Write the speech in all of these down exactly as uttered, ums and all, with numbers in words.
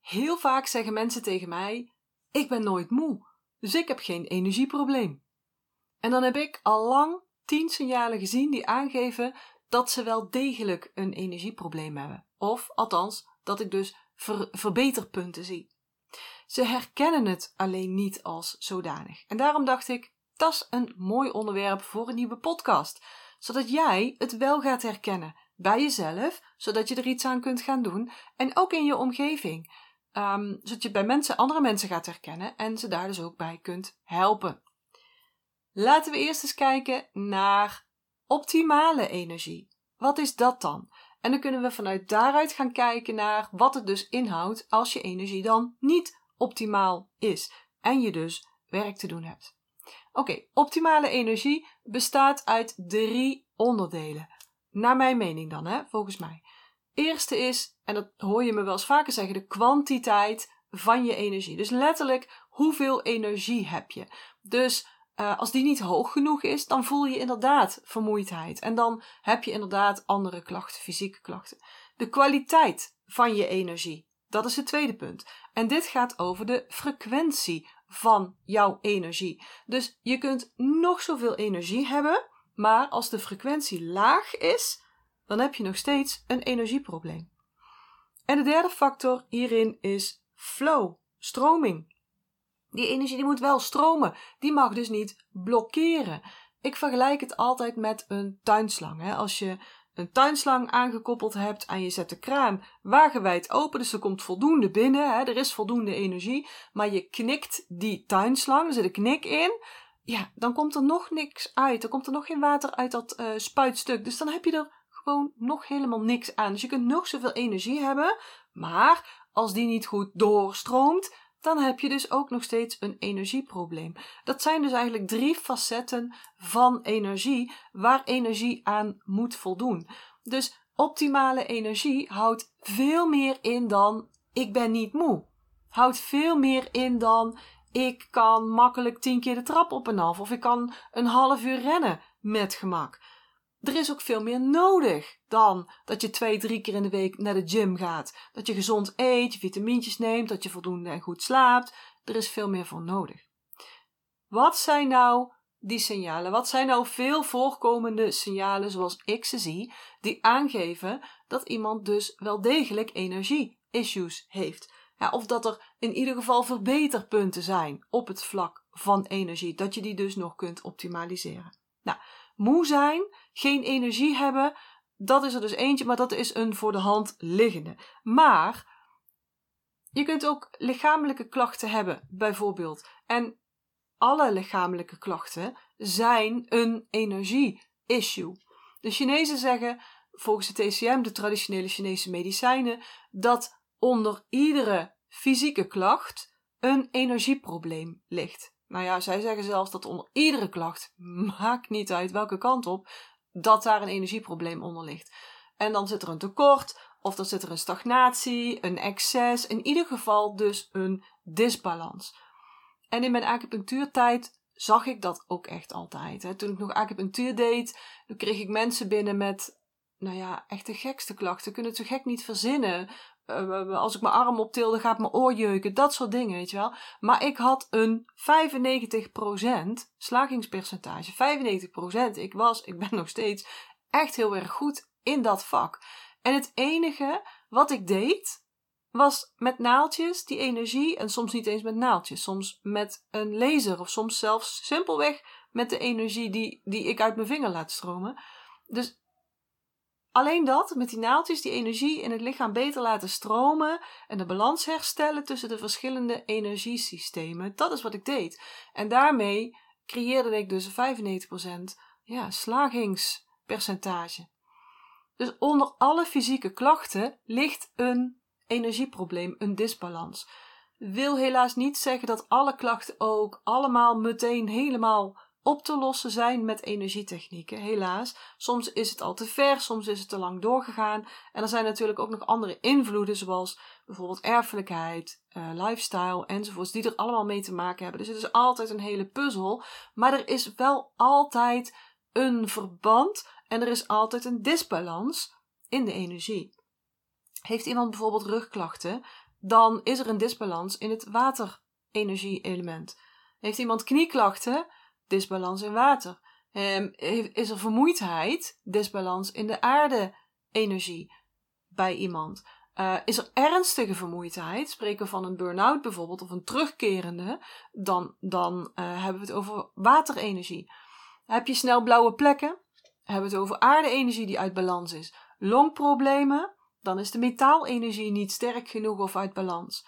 Heel vaak zeggen mensen tegen mij, ik ben nooit moe, dus ik heb geen energieprobleem. En dan heb ik al lang tien signalen gezien die aangeven dat ze wel degelijk een energieprobleem hebben. Of althans, dat ik dus ver- verbeterpunten zie. Ze herkennen het alleen niet als zodanig. En daarom dacht ik, dat is een mooi onderwerp voor een nieuwe podcast. Zodat jij het wel gaat herkennen bij jezelf, zodat je er iets aan kunt gaan doen. En ook in je omgeving. Um, zodat je bij mensen, andere mensen gaat herkennen en ze daar dus ook bij kunt helpen. Laten we eerst eens kijken naar optimale energie. Wat is dat dan? En dan kunnen we vanuit daaruit gaan kijken naar wat het dus inhoudt als je energie dan niet optimaal is en je dus werk te doen hebt. Oké, okay, optimale energie bestaat uit drie onderdelen. Naar mijn mening dan, hè, volgens mij. Eerste is, en dat hoor je me wel eens vaker zeggen, de kwantiteit van je energie. Dus letterlijk, hoeveel energie heb je? Dus uh, als die niet hoog genoeg is, dan voel je inderdaad vermoeidheid. En dan heb je inderdaad andere klachten, fysieke klachten. De kwaliteit van je energie, dat is het tweede punt. En dit gaat over de frequentie van jouw energie. Dus je kunt nog zoveel energie hebben, maar als de frequentie laag is, dan heb je nog steeds een energieprobleem. En de derde factor hierin is flow, stroming. Die energie die moet wel stromen, die mag dus niet blokkeren. Ik vergelijk het altijd met een tuinslang. Hè? Als je een tuinslang aangekoppeld hebt en je zet de kraan wagenwijd open, dus er komt voldoende binnen, hè? Er is voldoende energie, maar je knikt die tuinslang, er zit een knik in, ja, dan komt er nog niks uit. Er komt er nog geen water uit dat uh, spuitstuk, dus dan heb je er gewoon nog helemaal niks aan. Dus je kunt nog zoveel energie hebben, maar als die niet goed doorstroomt, dan heb je dus ook nog steeds een energieprobleem. Dat zijn dus eigenlijk drie facetten van energie, waar energie aan moet voldoen. Dus optimale energie houdt veel meer in dan ik ben niet moe. Houdt veel meer in dan ik kan makkelijk tien keer de trap op en af, of ik kan een half uur rennen met gemak. Er is ook veel meer nodig dan dat je twee, drie keer in de week naar de gym gaat. Dat je gezond eet, je vitamintjes neemt, dat je voldoende en goed slaapt. Er is veel meer voor nodig. Wat zijn nou die signalen? Wat zijn nou veel voorkomende signalen zoals ik ze zie, die aangeven dat iemand dus wel degelijk energie-issues heeft? Ja, of dat er in ieder geval verbeterpunten zijn op het vlak van energie. Dat je die dus nog kunt optimaliseren. Nou, moe zijn, geen energie hebben, dat is er dus eentje, maar dat is een voor de hand liggende. Maar je kunt ook lichamelijke klachten hebben, bijvoorbeeld. En alle lichamelijke klachten zijn een energie-issue. De Chinezen zeggen, volgens de T C M, de traditionele Chinese medicijnen, dat onder iedere fysieke klacht een energieprobleem ligt. Nou ja, zij zeggen zelfs dat onder iedere klacht, maakt niet uit welke kant op, dat daar een energieprobleem onder ligt. En dan zit er een tekort, of dan zit er een stagnatie, een excess, in ieder geval dus een disbalans. En in mijn acupunctuurtijd zag ik dat ook echt altijd. Hè. Toen ik nog acupunctuur deed, dan kreeg ik mensen binnen met, nou ja, echt de gekste klachten. Kunnen het zo gek niet verzinnen. Uh, als ik mijn arm optilde, gaat mijn oor jeuken. Dat soort dingen, weet je wel. Maar ik had een vijfennegentig procent slagingspercentage. vijfennegentig procent. Ik was, ik ben nog steeds echt heel erg goed in dat vak. En het enige wat ik deed, was met naaldjes die energie, en soms niet eens met naaldjes, soms met een laser of soms zelfs simpelweg met de energie die, die ik uit mijn vinger laat stromen. Dus alleen dat, met die naaldjes, die energie in het lichaam beter laten stromen en de balans herstellen tussen de verschillende energiesystemen, dat is wat ik deed. En daarmee creëerde ik dus een vijfennegentig procent ja, slagingspercentage. Dus onder alle fysieke klachten ligt een energieprobleem, een disbalans. Wil helaas niet zeggen dat alle klachten ook allemaal meteen helemaal op te lossen zijn met energietechnieken, helaas. Soms is het al te ver, soms is het te lang doorgegaan. En er zijn natuurlijk ook nog andere invloeden, zoals bijvoorbeeld erfelijkheid, uh, lifestyle enzovoorts, die er allemaal mee te maken hebben. Dus het is altijd een hele puzzel, maar er is wel altijd een verband en er is altijd een disbalans in de energie. Heeft iemand bijvoorbeeld rugklachten, dan is er een disbalans in het waterenergie-element. Heeft iemand knieklachten? Disbalans in water. Um, is er vermoeidheid? Disbalans in de aarde-energie bij iemand. Uh, is er ernstige vermoeidheid? Spreken we van een burn-out bijvoorbeeld of een terugkerende? Dan, dan uh, hebben we het over waterenergie. Heb je snel blauwe plekken? Hebben we het over aarde-energie die uit balans is. Longproblemen? Dan is de metaalenergie niet sterk genoeg of uit balans.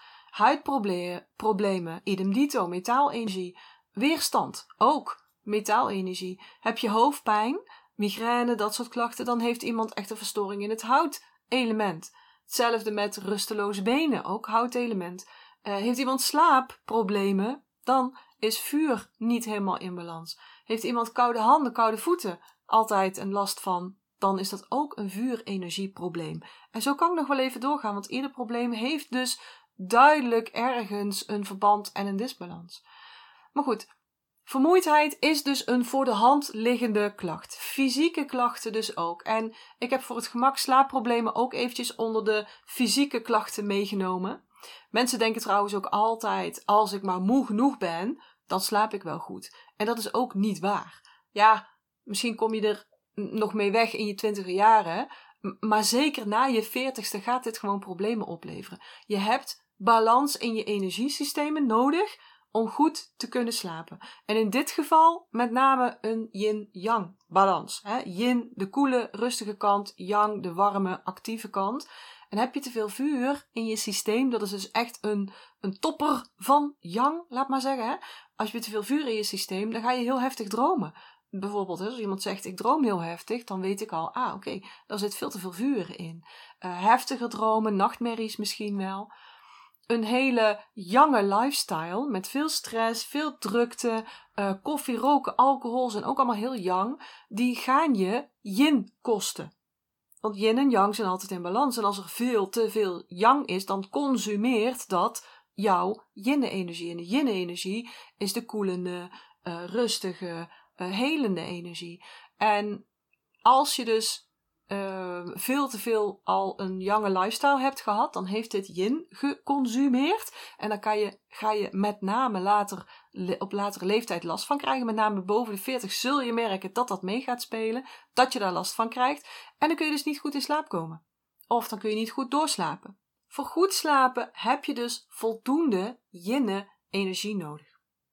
Huidproblemen, idem dito, metaalenergie. Weerstand, ook metaalenergie. Heb je hoofdpijn, migraine, dat soort klachten, dan heeft iemand echt een verstoring in het houtelement. Hetzelfde met rusteloze benen, ook houtelement. Uh, heeft iemand slaapproblemen, dan is vuur niet helemaal in balans. Heeft iemand koude handen, koude voeten, altijd een last van, dan is dat ook een vuurenergieprobleem. En zo kan ik nog wel even doorgaan, want ieder probleem heeft dus duidelijk ergens een verband en een disbalans. Maar goed, vermoeidheid is dus een voor de hand liggende klacht. Fysieke klachten dus ook. En ik heb voor het gemak slaapproblemen ook eventjes onder de fysieke klachten meegenomen. Mensen denken trouwens ook altijd, als ik maar moe genoeg ben, dan slaap ik wel goed. En dat is ook niet waar. Ja, misschien kom je er nog mee weg in je twintiger jaren, maar zeker na je veertigste gaat dit gewoon problemen opleveren. Je hebt balans in je energiesystemen nodig om goed te kunnen slapen. En in dit geval met name een yin-yang balans. Hè? Yin, de koele, rustige kant, yang, de warme, actieve kant. En heb je te veel vuur in je systeem, dat is dus echt een, een topper van yang, laat maar zeggen. Hè? Als je te veel vuur in je systeem, dan ga je heel heftig dromen. Bijvoorbeeld, als iemand zegt, ik droom heel heftig, dan weet ik al, ah, oké, okay, daar zit veel te veel vuur in. Uh, heftiger dromen, nachtmerries misschien wel. Een hele jonge lifestyle met veel stress, veel drukte, uh, koffie, roken, alcohol zijn ook allemaal heel yang. Die gaan je yin kosten. Want yin en yang zijn altijd in balans. En als er veel te veel yang is, dan consumeert dat jouw yin-energie. En de yin-energie is de koelende, uh, rustige, uh, helende energie. En als je dus Uh, veel te veel al een jonge lifestyle hebt gehad, dan heeft dit yin geconsumeerd. En dan kan je, ga je met name later, op latere leeftijd last van krijgen. Met name boven de veertig zul je merken dat dat mee gaat spelen. Dat je daar last van krijgt. En dan kun je dus niet goed in slaap komen. Of dan kun je niet goed doorslapen. Voor goed slapen heb je dus voldoende yin-energie nodig.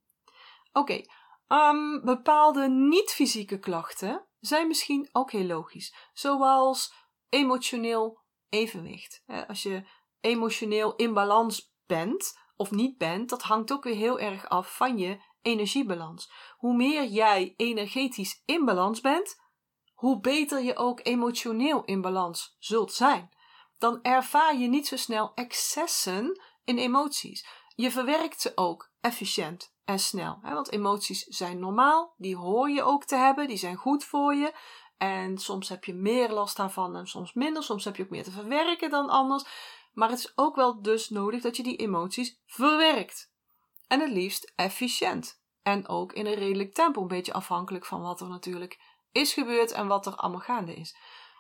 Oké, okay, um, bepaalde niet-fysieke klachten zijn misschien ook heel logisch. Zoals emotioneel evenwicht. Als je emotioneel in balans bent of niet bent, dat hangt ook weer heel erg af van je energiebalans. Hoe meer jij energetisch in balans bent, hoe beter je ook emotioneel in balans zult zijn. Dan ervaar je niet zo snel excessen in emoties. Je verwerkt ze ook efficiënt en snel. Hè? Want emoties zijn normaal, die hoor je ook te hebben, die zijn goed voor je. En soms heb je meer last daarvan en soms minder. Soms heb je ook meer te verwerken dan anders. Maar het is ook wel dus nodig dat je die emoties verwerkt. En het liefst efficiënt. En ook in een redelijk tempo, een beetje afhankelijk van wat er natuurlijk is gebeurd en wat er allemaal gaande is.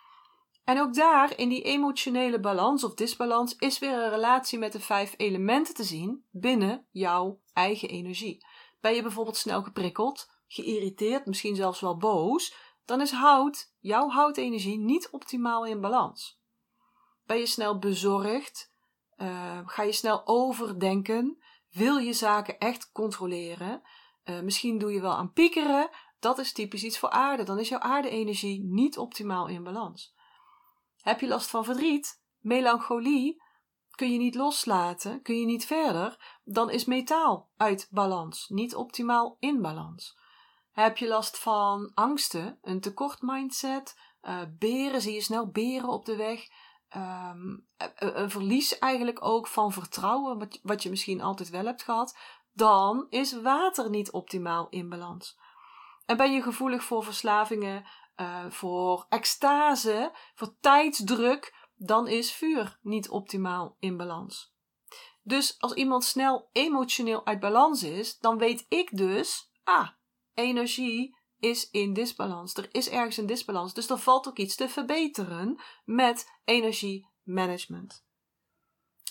En ook daar, in die emotionele balans of disbalans, is weer een relatie met de vijf elementen te zien binnen jouw eigen energie. Ben je bijvoorbeeld snel geprikkeld, geïrriteerd, misschien zelfs wel boos, dan is hout, jouw houtenergie, niet optimaal in balans. Ben je snel bezorgd, uh, ga je snel overdenken, wil je zaken echt controleren, uh, misschien doe je wel aan piekeren, dat is typisch iets voor aarde, dan is jouw aarde-energie niet optimaal in balans. Heb je last van verdriet, melancholie, kun je niet loslaten, kun je niet verder, dan is metaal uit balans, niet optimaal in balans. Heb je last van angsten, een tekort mindset, uh, beren, zie je snel beren op de weg, um, een, een verlies eigenlijk ook van vertrouwen, wat, wat je misschien altijd wel hebt gehad, dan is water niet optimaal in balans. En ben je gevoelig voor verslavingen, Uh, voor extase, voor tijdsdruk, dan is vuur niet optimaal in balans. Dus als iemand snel emotioneel uit balans is, dan weet ik dus, ah, energie is in disbalans. Er is ergens een disbalans, dus er valt ook iets te verbeteren met energiemanagement.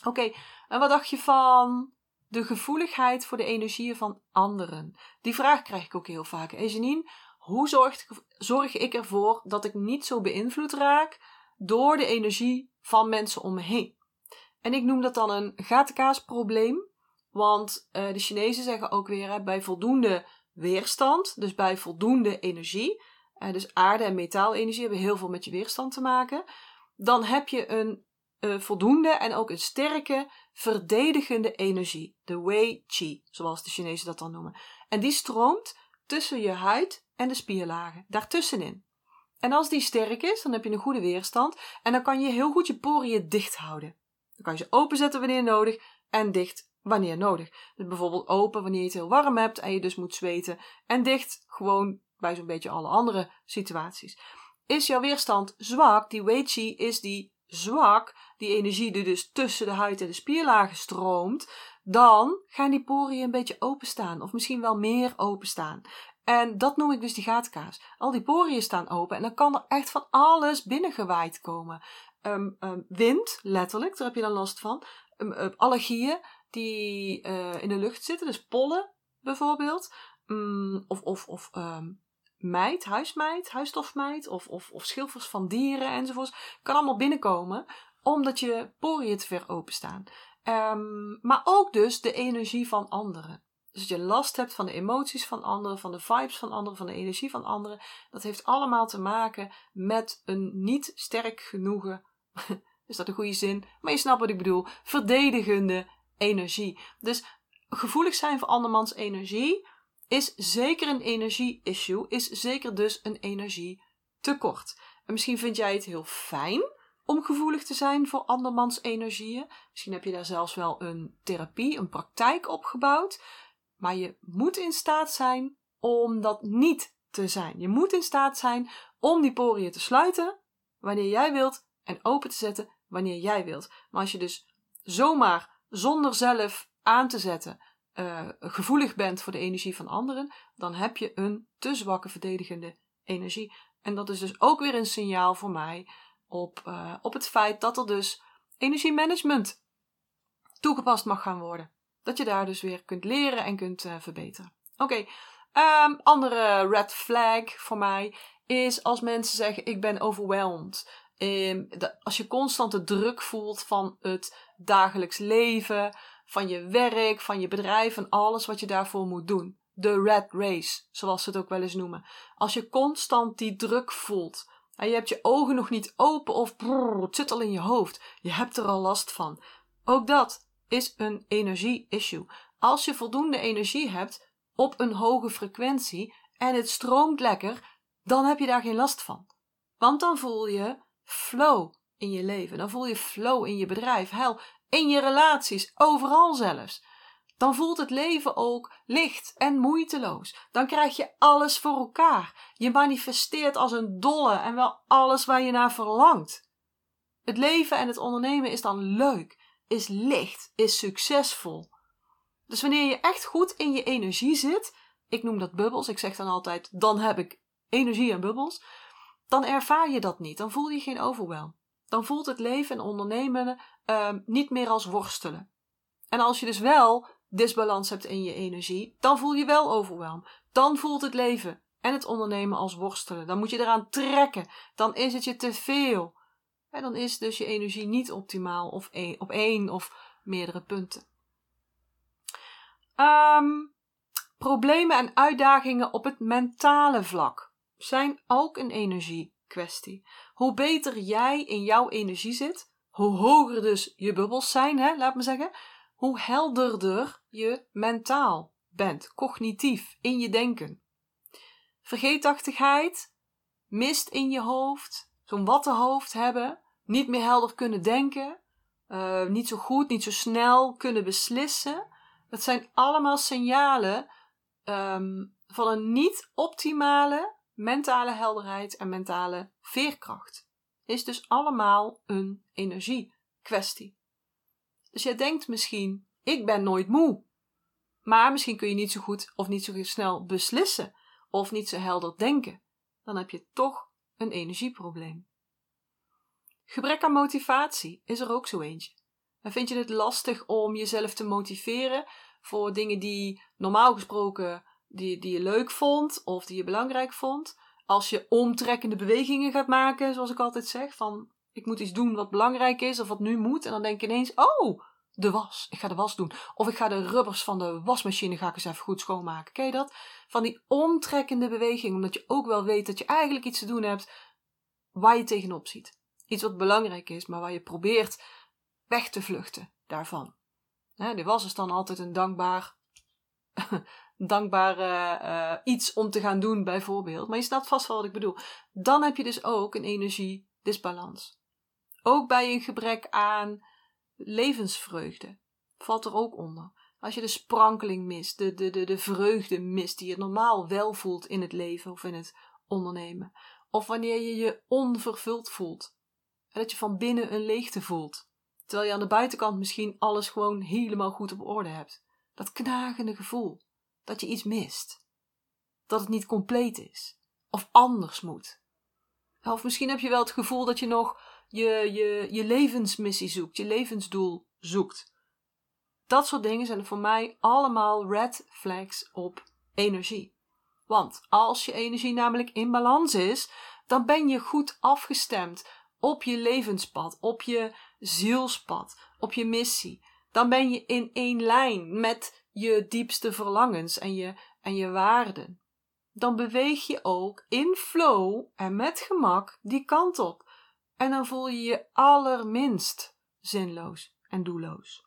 Oké, okay, en wat dacht je van de gevoeligheid voor de energieën van anderen? Die vraag krijg ik ook heel vaak. En Janine, hoe zorg, zorg ik ervoor dat ik niet zo beïnvloed raak door de energie van mensen om me heen? En ik noem dat dan een gatenkaasprobleem. Want uh, de Chinezen zeggen ook weer, hè, bij voldoende weerstand, dus bij voldoende energie, uh, dus aarde- en metaalenergie hebben heel veel met je weerstand te maken, dan heb je een uh, voldoende en ook een sterke verdedigende energie, de Wei Qi, zoals de Chinezen dat dan noemen. En die stroomt tussen je huid en de spierlagen, daartussenin. En als die sterk is, dan heb je een goede weerstand en dan kan je heel goed je poriën dicht houden. Dan kan je ze openzetten wanneer nodig en dicht wanneer nodig. Dus bijvoorbeeld open wanneer je het heel warm hebt en je dus moet zweten. En dicht gewoon bij zo'n beetje alle andere situaties. Is jouw weerstand zwak, die Wei Qi is die zwak, die energie die dus tussen de huid en de spierlagen stroomt, dan gaan die poriën een beetje openstaan. Of misschien wel meer openstaan. En dat noem ik dus die gatenkaas. Al die poriën staan open en dan kan er echt van alles binnengewaaid komen. Um, um, wind, letterlijk, daar heb je dan last van. Um, um, allergieën die uh, in de lucht zitten, dus pollen bijvoorbeeld. Um, of of, of um, mijt, huismijt, huisstofmijt. Of, of, of schilfers van dieren enzovoorts. Kan allemaal binnenkomen, omdat je poriën te ver openstaan. Um, maar ook dus de energie van anderen. Dus dat je last hebt van de emoties van anderen, van de vibes van anderen, van de energie van anderen. Dat heeft allemaal te maken met een niet sterk genoegen, is dat een goede zin? Maar je snapt wat ik bedoel, verdedigende energie. Dus gevoelig zijn voor andermans energie is zeker een energie-issue, is zeker dus een energietekort. En misschien vind jij het heel fijn om gevoelig te zijn voor andermans energieën. Misschien heb je daar zelfs wel een therapie, een praktijk opgebouwd. Maar je moet in staat zijn om dat niet te zijn. Je moet in staat zijn om die poriën te sluiten wanneer jij wilt en open te zetten wanneer jij wilt. Maar als je dus zomaar zonder zelf aan te zetten uh, gevoelig bent voor de energie van anderen, dan heb je een te zwakke verdedigende energie. En dat is dus ook weer een signaal voor mij op, uh, op het feit dat er dus energiemanagement toegepast mag gaan worden. Dat je daar dus weer kunt leren en kunt uh, verbeteren. Oké, okay. um, andere red flag voor mij is als mensen zeggen ik ben overwhelmed. Um, de, als je constant de druk voelt van het dagelijks leven, van je werk, van je bedrijf en alles wat je daarvoor moet doen. De rat race, zoals ze het ook wel eens noemen. Als je constant die druk voelt en je hebt je ogen nog niet open of brrr, het zit al in je hoofd. Je hebt er al last van. Ook dat is een energie-issue. Als je voldoende energie hebt op een hoge frequentie en het stroomt lekker, dan heb je daar geen last van. Want dan voel je flow in je leven. Dan voel je flow in je bedrijf. Hel, in je relaties, overal zelfs. Dan voelt het leven ook licht en moeiteloos. Dan krijg je alles voor elkaar. Je manifesteert als een dolle en wel alles waar je naar verlangt. Het leven en het ondernemen is dan leuk, is licht, is succesvol. Dus wanneer je echt goed in je energie zit, ik noem dat bubbels, ik zeg dan altijd, dan heb ik energie en bubbels, dan ervaar je dat niet, dan voel je geen overwhelm. Dan voelt het leven en ondernemen uh, niet meer als worstelen. En als je dus wel disbalans hebt in je energie, dan voel je wel overwhelm. Dan voelt het leven en het ondernemen als worstelen. Dan moet je eraan trekken, dan is het je te veel. En dan is dus je energie niet optimaal of een, op één of meerdere punten. Um, problemen en uitdagingen op het mentale vlak zijn ook een energiekwestie. Hoe beter jij in jouw energie zit, hoe hoger dus je bubbels zijn, hè, laat me zeggen, hoe helderder je mentaal bent, cognitief, in je denken. Vergeetachtigheid, mist in je hoofd, zo'n wattenhoofd hebben, niet meer helder kunnen denken, uh, niet zo goed, niet zo snel kunnen beslissen. Dat zijn allemaal signalen um, van een niet optimale mentale helderheid en mentale veerkracht. Is dus allemaal een energiekwestie. Dus jij denkt misschien, ik ben nooit moe. Maar misschien kun je niet zo goed of niet zo snel beslissen of niet zo helder denken. Dan heb je toch een energieprobleem. Gebrek aan motivatie is er ook zo eentje. En vind je het lastig om jezelf te motiveren voor dingen die normaal gesproken die, die je leuk vond of die je belangrijk vond? Als je omtrekkende bewegingen gaat maken, zoals ik altijd zeg, van ik moet iets doen wat belangrijk is of wat nu moet. En dan denk je ineens, oh, de was. Ik ga de was doen. Of ik ga de rubbers van de wasmachine ga ik eens even goed schoonmaken. Ken je dat? Van die omtrekkende beweging, omdat je ook wel weet dat je eigenlijk iets te doen hebt waar je tegenop ziet. Iets wat belangrijk is, maar waar je probeert weg te vluchten daarvan. Hè, de was is dan altijd een dankbaar, dankbaar uh, uh, iets om te gaan doen bijvoorbeeld. Maar je snapt vast wel wat ik bedoel. Dan heb je dus ook een energiedisbalans. Ook bij een gebrek aan levensvreugde valt er ook onder. Als je de sprankeling mist, de, de, de, de vreugde mist die je normaal wel voelt in het leven of in het ondernemen. Of wanneer je je onvervuld voelt. En dat je van binnen een leegte voelt. Terwijl je aan de buitenkant misschien alles gewoon helemaal goed op orde hebt. Dat knagende gevoel. Dat je iets mist. Dat het niet compleet is. Of anders moet. Of misschien heb je wel het gevoel dat je nog je, je, je levensmissie zoekt. Je levensdoel zoekt. Dat soort dingen zijn voor mij allemaal red flags op energie. Want als je energie namelijk in balans is, dan ben je goed afgestemd op je levenspad, op je zielspad, op je missie. Dan ben je in één lijn met je diepste verlangens en je, en je waarden. Dan beweeg je ook in flow en met gemak die kant op. En dan voel je je allerminst zinloos en doelloos.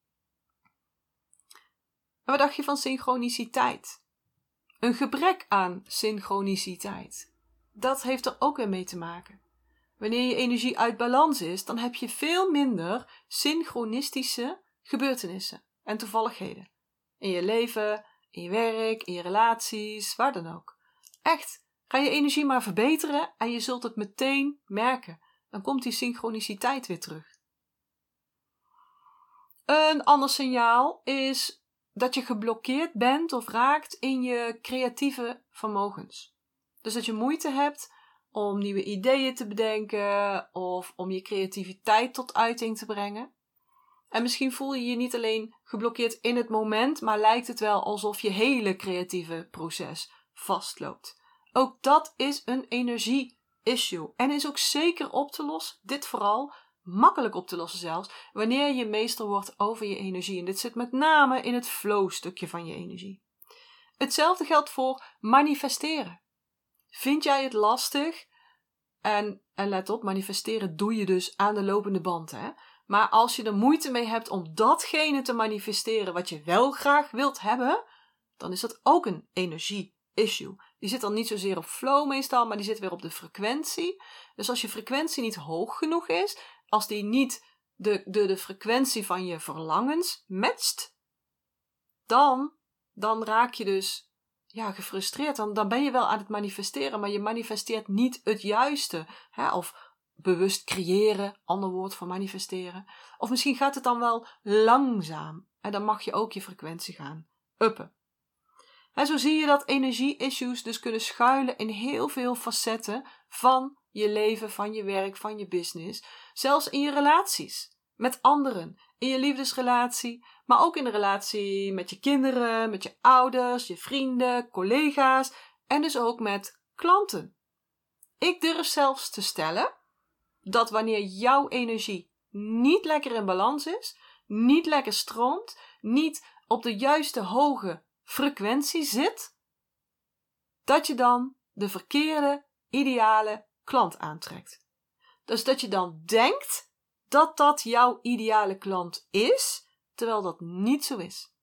En wat dacht je van synchroniciteit? Een gebrek aan synchroniciteit. Dat heeft er ook weer mee te maken. Wanneer je energie uit balans is, dan heb je veel minder synchronistische gebeurtenissen en toevalligheden. In je leven, in je werk, in je relaties, waar dan ook. Echt, ga je energie maar verbeteren en je zult het meteen merken. Dan komt die synchroniciteit weer terug. Een ander signaal is dat je geblokkeerd bent of raakt in je creatieve vermogens. Dus dat je moeite hebt om nieuwe ideeën te bedenken of om je creativiteit tot uiting te brengen. En misschien voel je je niet alleen geblokkeerd in het moment, maar lijkt het wel alsof je hele creatieve proces vastloopt. Ook dat is een energie-issue en is ook zeker op te lossen, dit vooral, makkelijk op te lossen zelfs, wanneer je meester wordt over je energie. En dit zit met name in het flow-stukje van je energie. Hetzelfde geldt voor manifesteren. Vind jij het lastig? En, en let op, manifesteren doe je dus aan de lopende band, hè? Maar als je er moeite mee hebt om datgene te manifesteren wat je wel graag wilt hebben, dan is dat ook een energie-issue. Die zit dan niet zozeer op flow meestal, maar die zit weer op de frequentie. Dus als je frequentie niet hoog genoeg is, als die niet de, de, de frequentie van je verlangens matcht, dan, dan raak je dus ja, gefrustreerd. Dan, dan ben je wel aan het manifesteren, maar je manifesteert niet het juiste. Hè? Of bewust creëren, ander woord voor manifesteren. Of misschien gaat het dan wel langzaam. En dan mag je ook je frequentie gaan uppen. En zo zie je dat energie-issues dus kunnen schuilen in heel veel facetten van je leven, van je werk, van je business. Zelfs in je relaties met anderen, in je liefdesrelatie, maar ook in de relatie met je kinderen, met je ouders, je vrienden, collega's en dus ook met klanten. Ik durf zelfs te stellen dat wanneer jouw energie niet lekker in balans is, niet lekker stroomt, niet op de juiste hoge frequentie zit, dat je dan de verkeerde, ideale klant aantrekt. Dus dat je dan denkt dat dat jouw ideale klant is, terwijl dat niet zo is.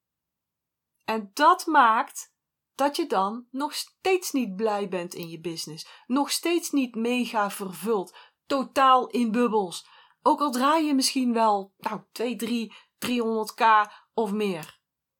En dat maakt dat je dan nog steeds niet blij bent in je business, nog steeds niet mega vervuld, totaal in bubbels. Ook al draai je misschien wel nou, twee, drie, driehonderd k of meer.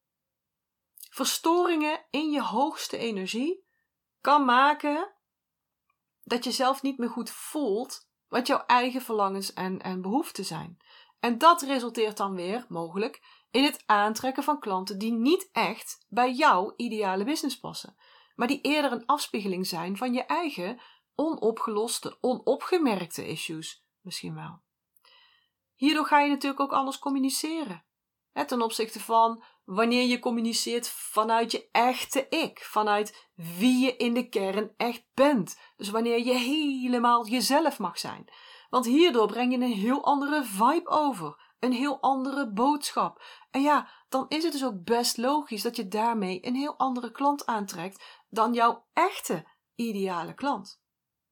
Verstoringen in je hoogste energie kan maken dat je zelf niet meer goed voelt wat jouw eigen verlangens en, en behoeften zijn. En dat resulteert dan weer, mogelijk, in het aantrekken van klanten die niet echt bij jouw ideale business passen, maar die eerder een afspiegeling zijn van je eigen onopgeloste, onopgemerkte issues misschien wel. hierdoor ga je natuurlijk ook anders communiceren. Hè, ten opzichte van wanneer je communiceert vanuit je echte ik. Vanuit wie je in de kern echt bent. Dus wanneer je helemaal jezelf mag zijn. Want hierdoor breng je een heel andere vibe over. Een heel andere boodschap. En ja, dan is het dus ook best logisch dat je daarmee een heel andere klant aantrekt dan jouw echte ideale klant.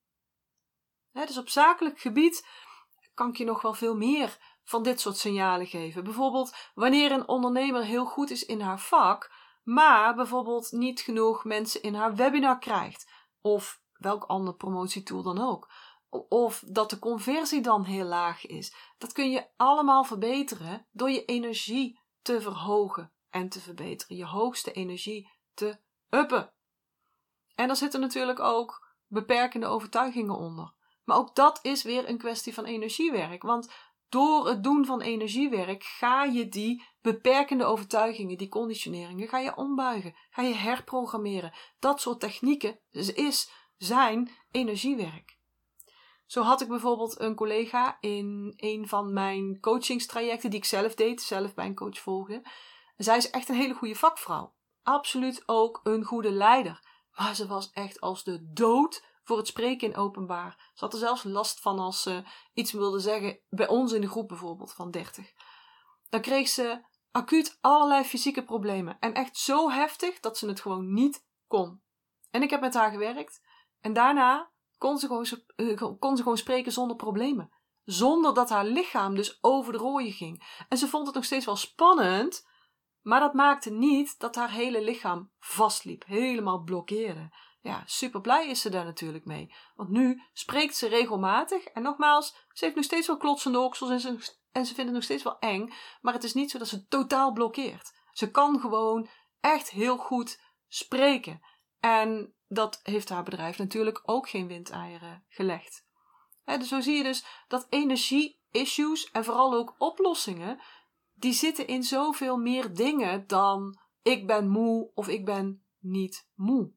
Hè, dus op zakelijk gebied kan ik je nog wel veel meer van dit soort signalen geven. Bijvoorbeeld wanneer een ondernemer heel goed is in haar vak, maar bijvoorbeeld niet genoeg mensen in haar webinar krijgt. Of welk ander promotietool dan ook. Of dat de conversie dan heel laag is. Dat kun je allemaal verbeteren door je energie te verhogen en te verbeteren. Je hoogste energie te uppen. En daar zitten natuurlijk ook beperkende overtuigingen onder. Maar ook dat is weer een kwestie van energiewerk. Want door het doen van energiewerk ga je die beperkende overtuigingen, die conditioneringen, ga je ombuigen. Ga je herprogrammeren. Dat soort technieken is zijn energiewerk. Zo had ik bijvoorbeeld een collega in een van mijn coachingstrajecten die ik zelf deed, zelf bij een coach volgen. Zij is echt een hele goede vakvrouw. Absoluut ook een goede leider. Maar ze was echt als de dood voor het spreken in openbaar. Ze had er zelfs last van als ze iets wilde zeggen, bij ons in de groep bijvoorbeeld van dertig. Dan kreeg ze acuut allerlei fysieke problemen. En echt zo heftig dat ze het gewoon niet kon. En ik heb met haar gewerkt. En daarna kon ze gewoon, kon ze gewoon spreken zonder problemen. Zonder dat haar lichaam dus over de rooien ging. En ze vond het nog steeds wel spannend. Maar dat maakte niet dat haar hele lichaam vastliep. Helemaal blokkeerde. Ja, super blij is ze daar natuurlijk mee. Want nu spreekt ze regelmatig. En nogmaals, ze heeft nog steeds wel klotsende oksels. En ze, en ze vindt het nog steeds wel eng. Maar het is niet zo dat ze totaal blokkeert. Ze kan gewoon echt heel goed spreken. En dat heeft haar bedrijf natuurlijk ook geen windeieren gelegd. He, dus zo zie je dus dat energie-issues en vooral ook oplossingen, die zitten in zoveel meer dingen dan ik ben moe of ik ben niet moe.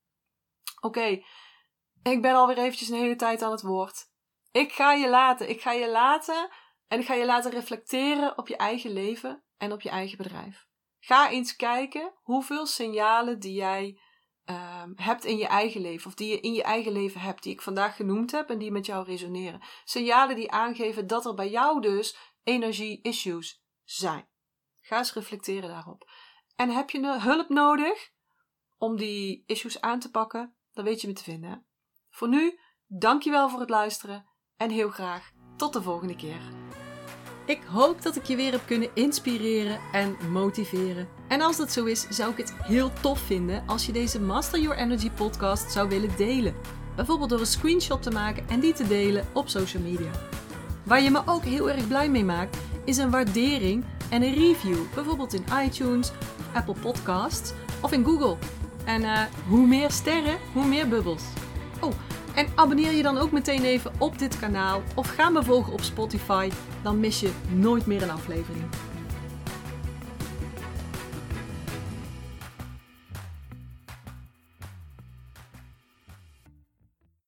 Oké, okay, ik ben alweer eventjes een hele tijd aan het woord. Ik ga je laten, ik ga je laten en ik ga je laten reflecteren op je eigen leven en op je eigen bedrijf. Ga eens kijken hoeveel signalen die jij Um, hebt in je eigen leven, of die je in je eigen leven hebt, die ik vandaag genoemd heb en die met jou resoneren. Signalen die aangeven dat er bij jou dus energie-issues zijn. Ga eens reflecteren daarop. En heb je hulp nodig om die issues aan te pakken, dan weet je me te vinden. Hè? Voor nu, dankjewel voor het luisteren en heel graag tot de volgende keer. Ik hoop dat ik je weer heb kunnen inspireren en motiveren. En als dat zo is, zou ik het heel tof vinden als je deze Master Your Energy podcast zou willen delen. Bijvoorbeeld door een screenshot te maken en die te delen op social media. Waar je me ook heel erg blij mee maakt, is een waardering en een review. Bijvoorbeeld in iTunes, Apple Podcasts of in Google. En uh, hoe meer sterren, hoe meer bubbels. Oh, en abonneer je dan ook meteen even op dit kanaal of ga me volgen op Spotify. Dan mis je nooit meer een aflevering.